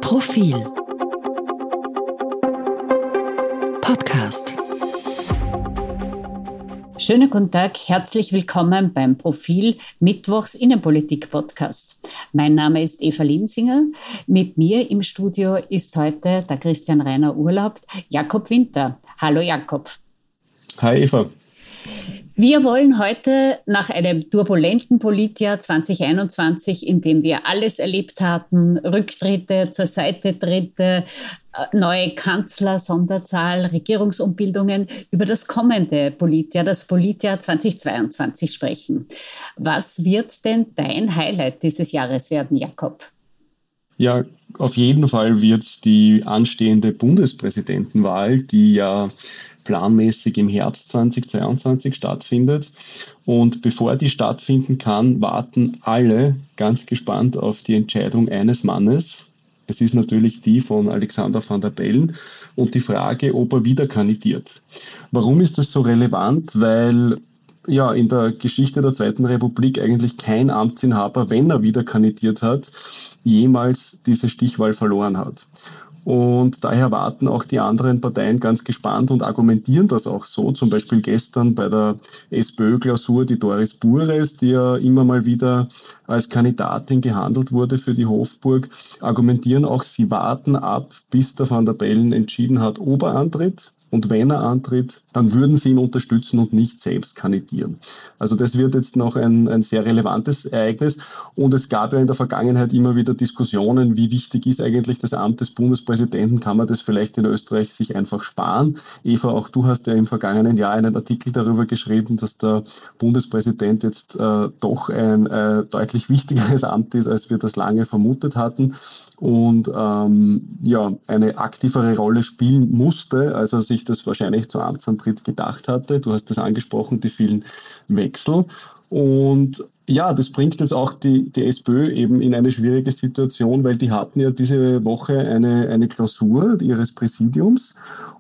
Profil Podcast. Schönen guten Tag, herzlich willkommen beim Profil Mittwochs Innenpolitik-Podcast. Mein Name ist Eva Linsinger. Mit mir im Studio ist heute, da Christian Reiner urlaubt, Jakob Winter. Hallo Jakob. Hi Eva. Wir wollen heute nach einem turbulenten Politjahr 2021, in dem wir alles erlebt hatten, Rücktritte, zur Seite Tritte, neue Kanzler, Sonderzahl, Regierungsumbildungen, über das kommende Politjahr, das Politjahr 2022 sprechen. Was wird denn dein Highlight dieses Jahres werden, Jakob? Ja, auf jeden Fall wird es die anstehende Bundespräsidentenwahl, die ja planmäßig im Herbst 2022 stattfindet. Und bevor die stattfinden kann, warten alle ganz gespannt auf die Entscheidung eines Mannes. Es ist natürlich die von Alexander Van der Bellen und die Frage, ob er wieder kandidiert. Warum ist das so relevant? Weil ja in der Geschichte der Zweiten Republik eigentlich kein Amtsinhaber, wenn er wieder kandidiert hat, jemals diese Stichwahl verloren hat. Und daher warten auch die anderen Parteien ganz gespannt und argumentieren das auch so. Zum Beispiel gestern bei der SPÖ-Klausur die Doris Bures, die ja immer mal wieder als Kandidatin gehandelt wurde für die Hofburg, argumentieren auch, sie warten ab, bis der Van der Bellen entschieden hat, ob er antritt. Und wenn er antritt, dann würden sie ihn unterstützen und nicht selbst kandidieren. Also das wird jetzt noch ein sehr relevantes Ereignis. Und es gab ja in der Vergangenheit immer wieder Diskussionen, wie wichtig ist eigentlich das Amt des Bundespräsidenten? Kann man das vielleicht in Österreich sich einfach sparen? Eva, auch du hast ja im vergangenen Jahr einen Artikel darüber geschrieben, dass der Bundespräsident jetzt doch ein deutlich wichtigeres Amt ist, als wir das lange vermutet hatten. Und eine aktivere Rolle spielen musste, als er sich das wahrscheinlich zu Amtsantritt gedacht hatte. Du hast das angesprochen, die vielen Wechsel. Und ja, das bringt jetzt auch die SPÖ eben in eine schwierige Situation, weil die hatten ja diese Woche eine Klausur ihres Präsidiums.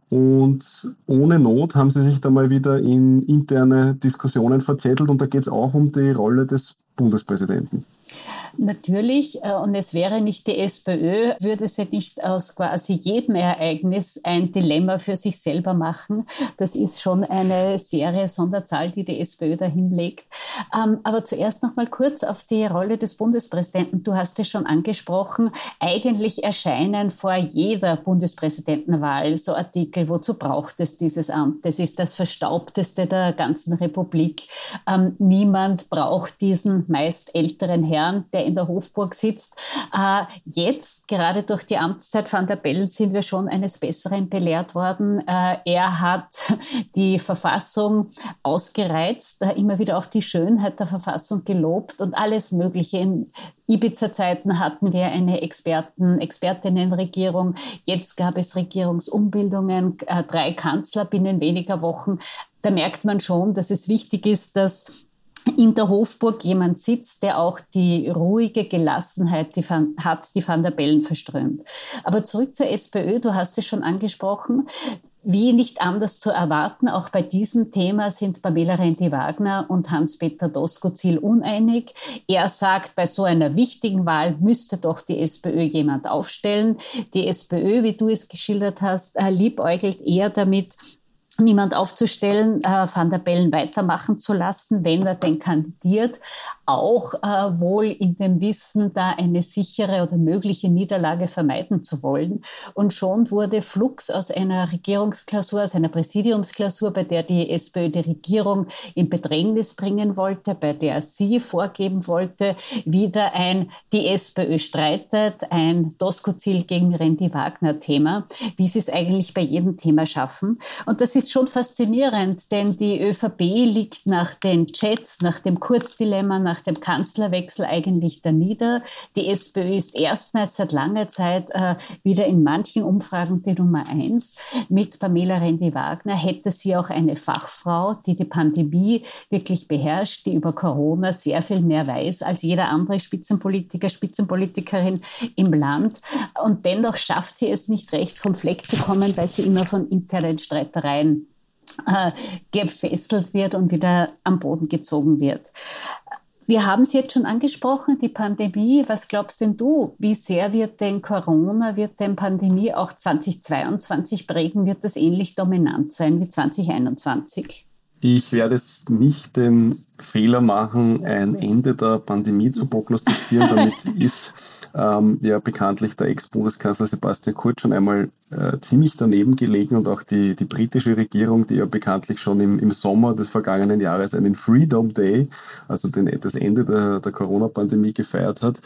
Und ohne Not haben sie sich da mal wieder in interne Diskussionen verzettelt. Und da geht es auch um die Rolle des Bundespräsidenten. Natürlich, und es wäre nicht die SPÖ, würde sie nicht aus quasi jedem Ereignis ein Dilemma für sich selber machen. Das ist schon eine Serie Sonderzahl, die die SPÖ da hinlegt. Aber zuerst noch mal kurz auf die Rolle des Bundespräsidenten. Du hast es schon angesprochen. Eigentlich erscheinen vor jeder Bundespräsidentenwahl so Artikel, wozu braucht es dieses Amt? Das ist das Verstaubteste der ganzen Republik. Niemand braucht diesen meist älteren Herrn, der in der Hofburg sitzt. Jetzt, gerade durch die Amtszeit Van der Bellen, sind wir schon eines Besseren belehrt worden. Er hat die Verfassung ausgereizt, immer wieder auch die Schönheit der Verfassung gelobt und alles Mögliche. In Ibiza-Zeiten hatten wir eine Expertinnenregierung. Jetzt gab es Regierungsumbildungen, 3 Kanzler binnen weniger Wochen. Da merkt man schon, dass es wichtig ist, dass in der Hofburg jemand sitzt, der auch die ruhige Gelassenheit die Van der Bellen verströmt. Aber zurück zur SPÖ, du hast es schon angesprochen. Wie nicht anders zu erwarten, auch bei diesem Thema sind Pamela Rendi-Wagner und Hans-Peter Doskozil uneinig. Er sagt, bei so einer wichtigen Wahl müsste doch die SPÖ jemand aufstellen. Die SPÖ, wie du es geschildert hast, liebäugelt eher damit, niemand aufzustellen, Van der Bellen weitermachen zu lassen, wenn er denn kandidiert, auch wohl in dem Wissen, da eine sichere oder mögliche Niederlage vermeiden zu wollen. Und schon wurde flugs aus einer Regierungsklausur, aus einer Präsidiumsklausur, bei der die SPÖ die Regierung in Bedrängnis bringen wollte, bei der sie vorgeben wollte, wieder ein die SPÖ streitet, ein Doskozil gegen Rendi-Wagner-Thema, wie sie es eigentlich bei jedem Thema schaffen. Und das ist schon faszinierend, denn die ÖVP liegt nach den Chats, nach dem Kurzdilemma, nach dem Kanzlerwechsel eigentlich da nieder. Die SPÖ ist erstmals seit langer Zeit wieder in manchen Umfragen die Nummer 1. Mit Pamela Rendi-Wagner hätte sie auch eine Fachfrau, die die Pandemie wirklich beherrscht, die über Corona sehr viel mehr weiß als jeder andere Spitzenpolitiker, Spitzenpolitikerin im Land. Und dennoch schafft sie es nicht recht, vom Fleck zu kommen, weil sie immer von internen Streitereien gefesselt wird und wieder am Boden gezogen wird. Wir haben es jetzt schon angesprochen, die Pandemie. Was glaubst denn du, wie sehr wird denn Corona, wird denn Pandemie auch 2022 prägen? Wird das ähnlich dominant sein wie 2021? Ich werde jetzt nicht den Fehler machen, ein Ende der Pandemie zu prognostizieren. Damit ist ja bekanntlich der Ex-Bundeskanzler Sebastian Kurz schon einmal ziemlich daneben gelegen und auch die britische Regierung, die ja bekanntlich schon im Sommer des vergangenen Jahres einen Freedom Day, also das Ende der Corona-Pandemie gefeiert hat.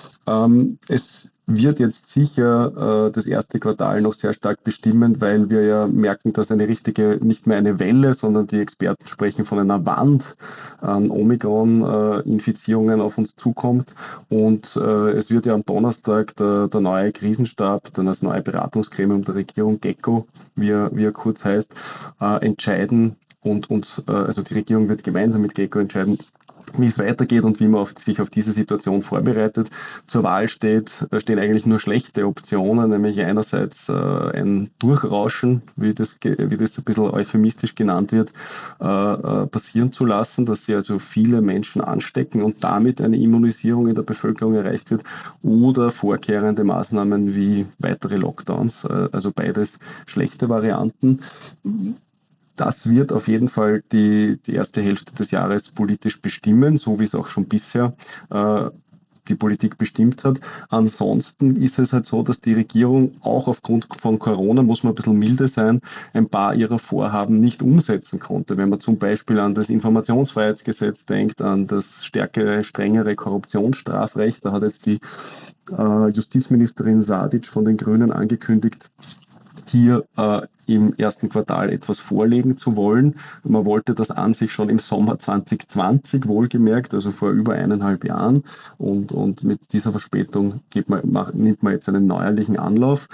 Es wird jetzt sicher das erste Quartal noch sehr stark bestimmen, weil wir ja merken, dass nicht mehr eine Welle, sondern die Experten sprechen von einer Wand an Omikron-Infizierungen auf uns zukommt. Und es wird ja am Donnerstag der neue Krisenstab, dann das neue Beratungsgremium der Regierung, GECO, wie er kurz heißt, entscheiden. Also die Regierung wird gemeinsam mit GECO entscheiden, wie es weitergeht und wie man sich auf diese Situation vorbereitet. Zur Wahl stehen eigentlich nur schlechte Optionen, nämlich einerseits ein Durchrauschen, wie das ein bisschen euphemistisch genannt wird, passieren zu lassen, dass sie also viele Menschen anstecken und damit eine Immunisierung in der Bevölkerung erreicht wird, oder vorkehrende Maßnahmen wie weitere Lockdowns, also beides schlechte Varianten. Das wird auf jeden Fall die erste Hälfte des Jahres politisch bestimmen, so wie es auch schon bisher die Politik bestimmt hat. Ansonsten ist es halt so, dass die Regierung auch aufgrund von Corona, muss man ein bisschen milde sein, ein paar ihrer Vorhaben nicht umsetzen konnte. Wenn man zum Beispiel an das Informationsfreiheitsgesetz denkt, an das strengere Korruptionsstrafrecht, da hat jetzt die Justizministerin Sadic von den Grünen angekündigt, hier im ersten Quartal etwas vorlegen zu wollen. Man wollte das an sich schon im Sommer 2020, wohlgemerkt, also vor über 1,5 Jahren. Und mit dieser Verspätung nimmt man jetzt einen neuerlichen Anlauf.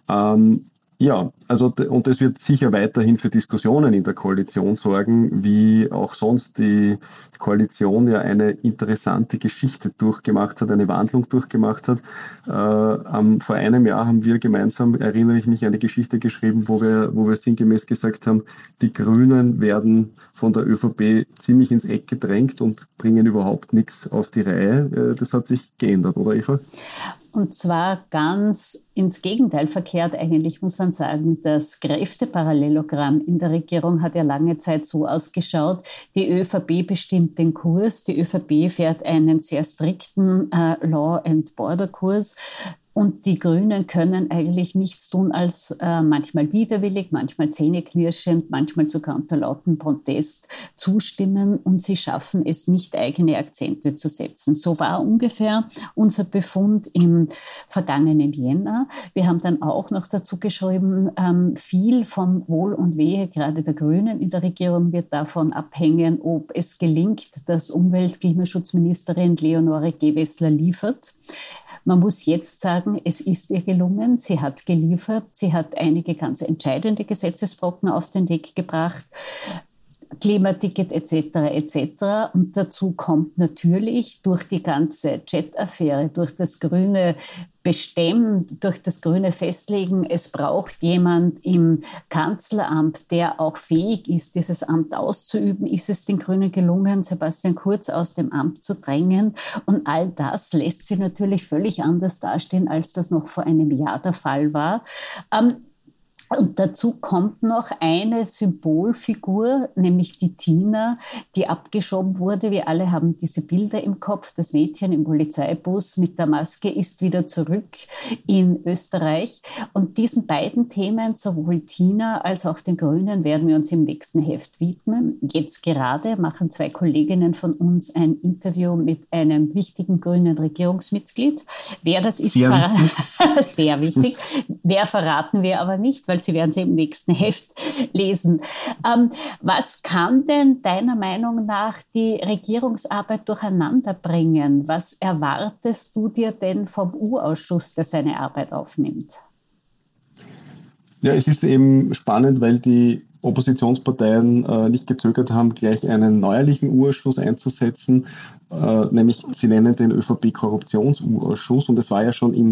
Ja, also und es wird sicher weiterhin für Diskussionen in der Koalition sorgen, wie auch sonst die Koalition ja eine interessante Geschichte durchgemacht hat, eine Wandlung durchgemacht hat. Vor einem Jahr haben wir gemeinsam, erinnere ich mich, eine Geschichte geschrieben, wo wir sinngemäß gesagt haben, die Grünen werden von der ÖVP ziemlich ins Eck gedrängt und bringen überhaupt nichts auf die Reihe. Das hat sich geändert, oder Eva? Und zwar ganz ins Gegenteil verkehrt eigentlich, muss man sagen. Das Kräfteparallelogramm in der Regierung hat ja lange Zeit so ausgeschaut, die ÖVP bestimmt den Kurs, die ÖVP fährt einen sehr strikten Law-and-Border-Kurs. Und die Grünen können eigentlich nichts tun als manchmal widerwillig, manchmal zähneknirschend, manchmal sogar unter lautem Protest zustimmen, und sie schaffen es nicht, eigene Akzente zu setzen. So war ungefähr unser Befund im vergangenen Jänner. Wir haben dann auch noch dazu geschrieben, viel vom Wohl und Wehe gerade der Grünen in der Regierung wird davon abhängen, ob es gelingt, dass Umwelt-Klimaschutzministerin Leonore Gewessler liefert. Man muss jetzt sagen, es ist ihr gelungen. Sie hat geliefert. Sie hat einige ganz entscheidende Gesetzesbrocken auf den Weg gebracht. Klimaticket etc. etc. Und dazu kommt natürlich durch die ganze Jet-Affäre, durch das grüne Bestimmen, durch das grüne Festlegen, es braucht jemand im Kanzleramt, der auch fähig ist, dieses Amt auszuüben, ist es den Grünen gelungen, Sebastian Kurz aus dem Amt zu drängen. Und all das lässt sie natürlich völlig anders dastehen, als das noch vor einem Jahr der Fall war. Und dazu kommt noch eine Symbolfigur, nämlich die Tina, die abgeschoben wurde. Wir alle haben diese Bilder im Kopf. Das Mädchen im Polizeibus mit der Maske ist wieder zurück in Österreich. Und diesen beiden Themen, sowohl Tina als auch den Grünen, werden wir uns im nächsten Heft widmen. Jetzt gerade machen 2 Kolleginnen von uns ein Interview mit einem wichtigen grünen Regierungsmitglied. Wer das ist, sehr wichtig. Wer verraten wir aber nicht, weil Sie werden sie im nächsten Heft lesen. Was kann denn deiner Meinung nach die Regierungsarbeit durcheinander bringen? Was erwartest du dir denn vom U-Ausschuss, der seine Arbeit aufnimmt? Ja, es ist eben spannend, weil die Oppositionsparteien nicht gezögert haben, gleich einen neuerlichen U-Ausschuss einzusetzen, nämlich sie nennen den ÖVP-Korruptions-U-Ausschuss. Und es war ja schon im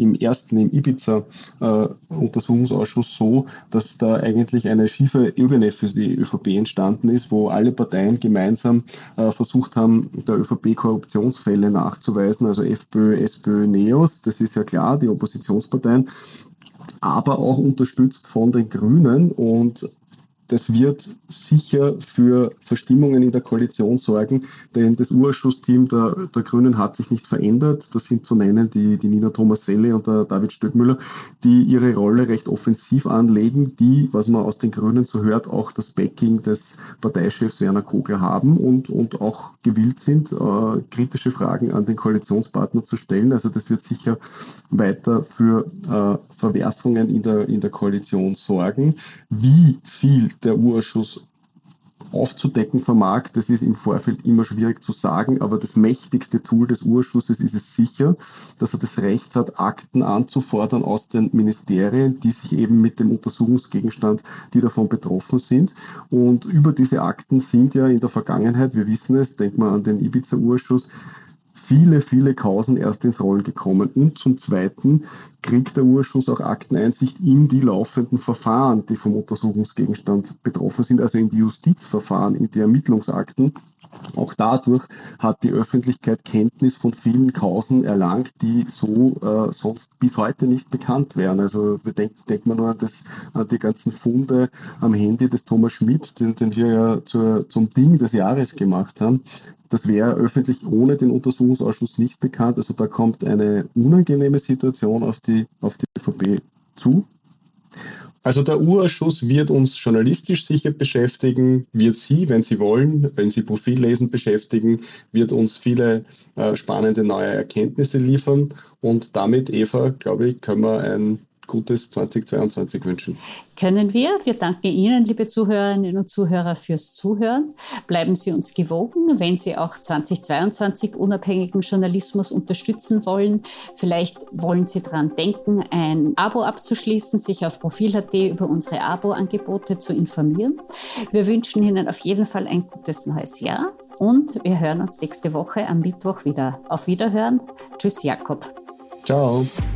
Ibiza-Untersuchungsausschuss so, dass da eigentlich eine schiefe Ebene für die ÖVP entstanden ist, wo alle Parteien gemeinsam versucht haben, der ÖVP Korruptionsfälle nachzuweisen, also FPÖ, SPÖ, NEOS, das ist ja klar, die Oppositionsparteien, aber auch unterstützt von den Grünen, und das wird sicher für Verstimmungen in der Koalition sorgen, denn das U-Ausschuss-Team der Grünen hat sich nicht verändert. Das sind zu nennen die Nina Tomaselli und der David Stöckmüller, die ihre Rolle recht offensiv anlegen, die, was man aus den Grünen so hört, auch das Backing des Parteichefs Werner Kogler haben und auch gewillt sind, kritische Fragen an den Koalitionspartner zu stellen. Also das wird sicher weiter für Verwerfungen in der Koalition sorgen. Wie viel der U-Ausschuss aufzudecken vermag, das ist im Vorfeld immer schwierig zu sagen, aber das mächtigste Tool des U-Ausschusses ist es sicher, dass er das Recht hat, Akten anzufordern aus den Ministerien, die sich eben mit dem Untersuchungsgegenstand, die davon betroffen sind. Und über diese Akten sind ja in der Vergangenheit, wir wissen es, denkt man an den Ibiza-U-Ausschuss, viele Kausen erst ins Rollen gekommen. Und zum Zweiten kriegt der U-Ausschuss auch Akteneinsicht in die laufenden Verfahren, die vom Untersuchungsgegenstand betroffen sind, also in die Justizverfahren, in die Ermittlungsakten. Auch dadurch hat die Öffentlichkeit Kenntnis von vielen Kausen erlangt, die so sonst bis heute nicht bekannt wären. Also denkt man nur an die ganzen Funde am Handy des Thomas Schmidt, den wir ja zum Ding des Jahres gemacht haben. Das wäre öffentlich ohne den Untersuchungsausschuss nicht bekannt. Also da kommt eine unangenehme Situation auf die ÖVP zu. Also der U-Ausschuss wird uns journalistisch sicher beschäftigen, wird Sie, wenn Sie wollen, wenn Sie Profillesen beschäftigen, wird uns viele spannende neue Erkenntnisse liefern. Und damit, Eva, glaube ich, können wir ein gutes 2022 wünschen. Können wir. Wir danken Ihnen, liebe Zuhörerinnen und Zuhörer, fürs Zuhören. Bleiben Sie uns gewogen, wenn Sie auch 2022 unabhängigen Journalismus unterstützen wollen. Vielleicht wollen Sie daran denken, ein Abo abzuschließen, sich auf Profil.at über unsere Abo-Angebote zu informieren. Wir wünschen Ihnen auf jeden Fall ein gutes neues Jahr und wir hören uns nächste Woche am Mittwoch wieder. Auf Wiederhören. Tschüss, Jakob. Ciao.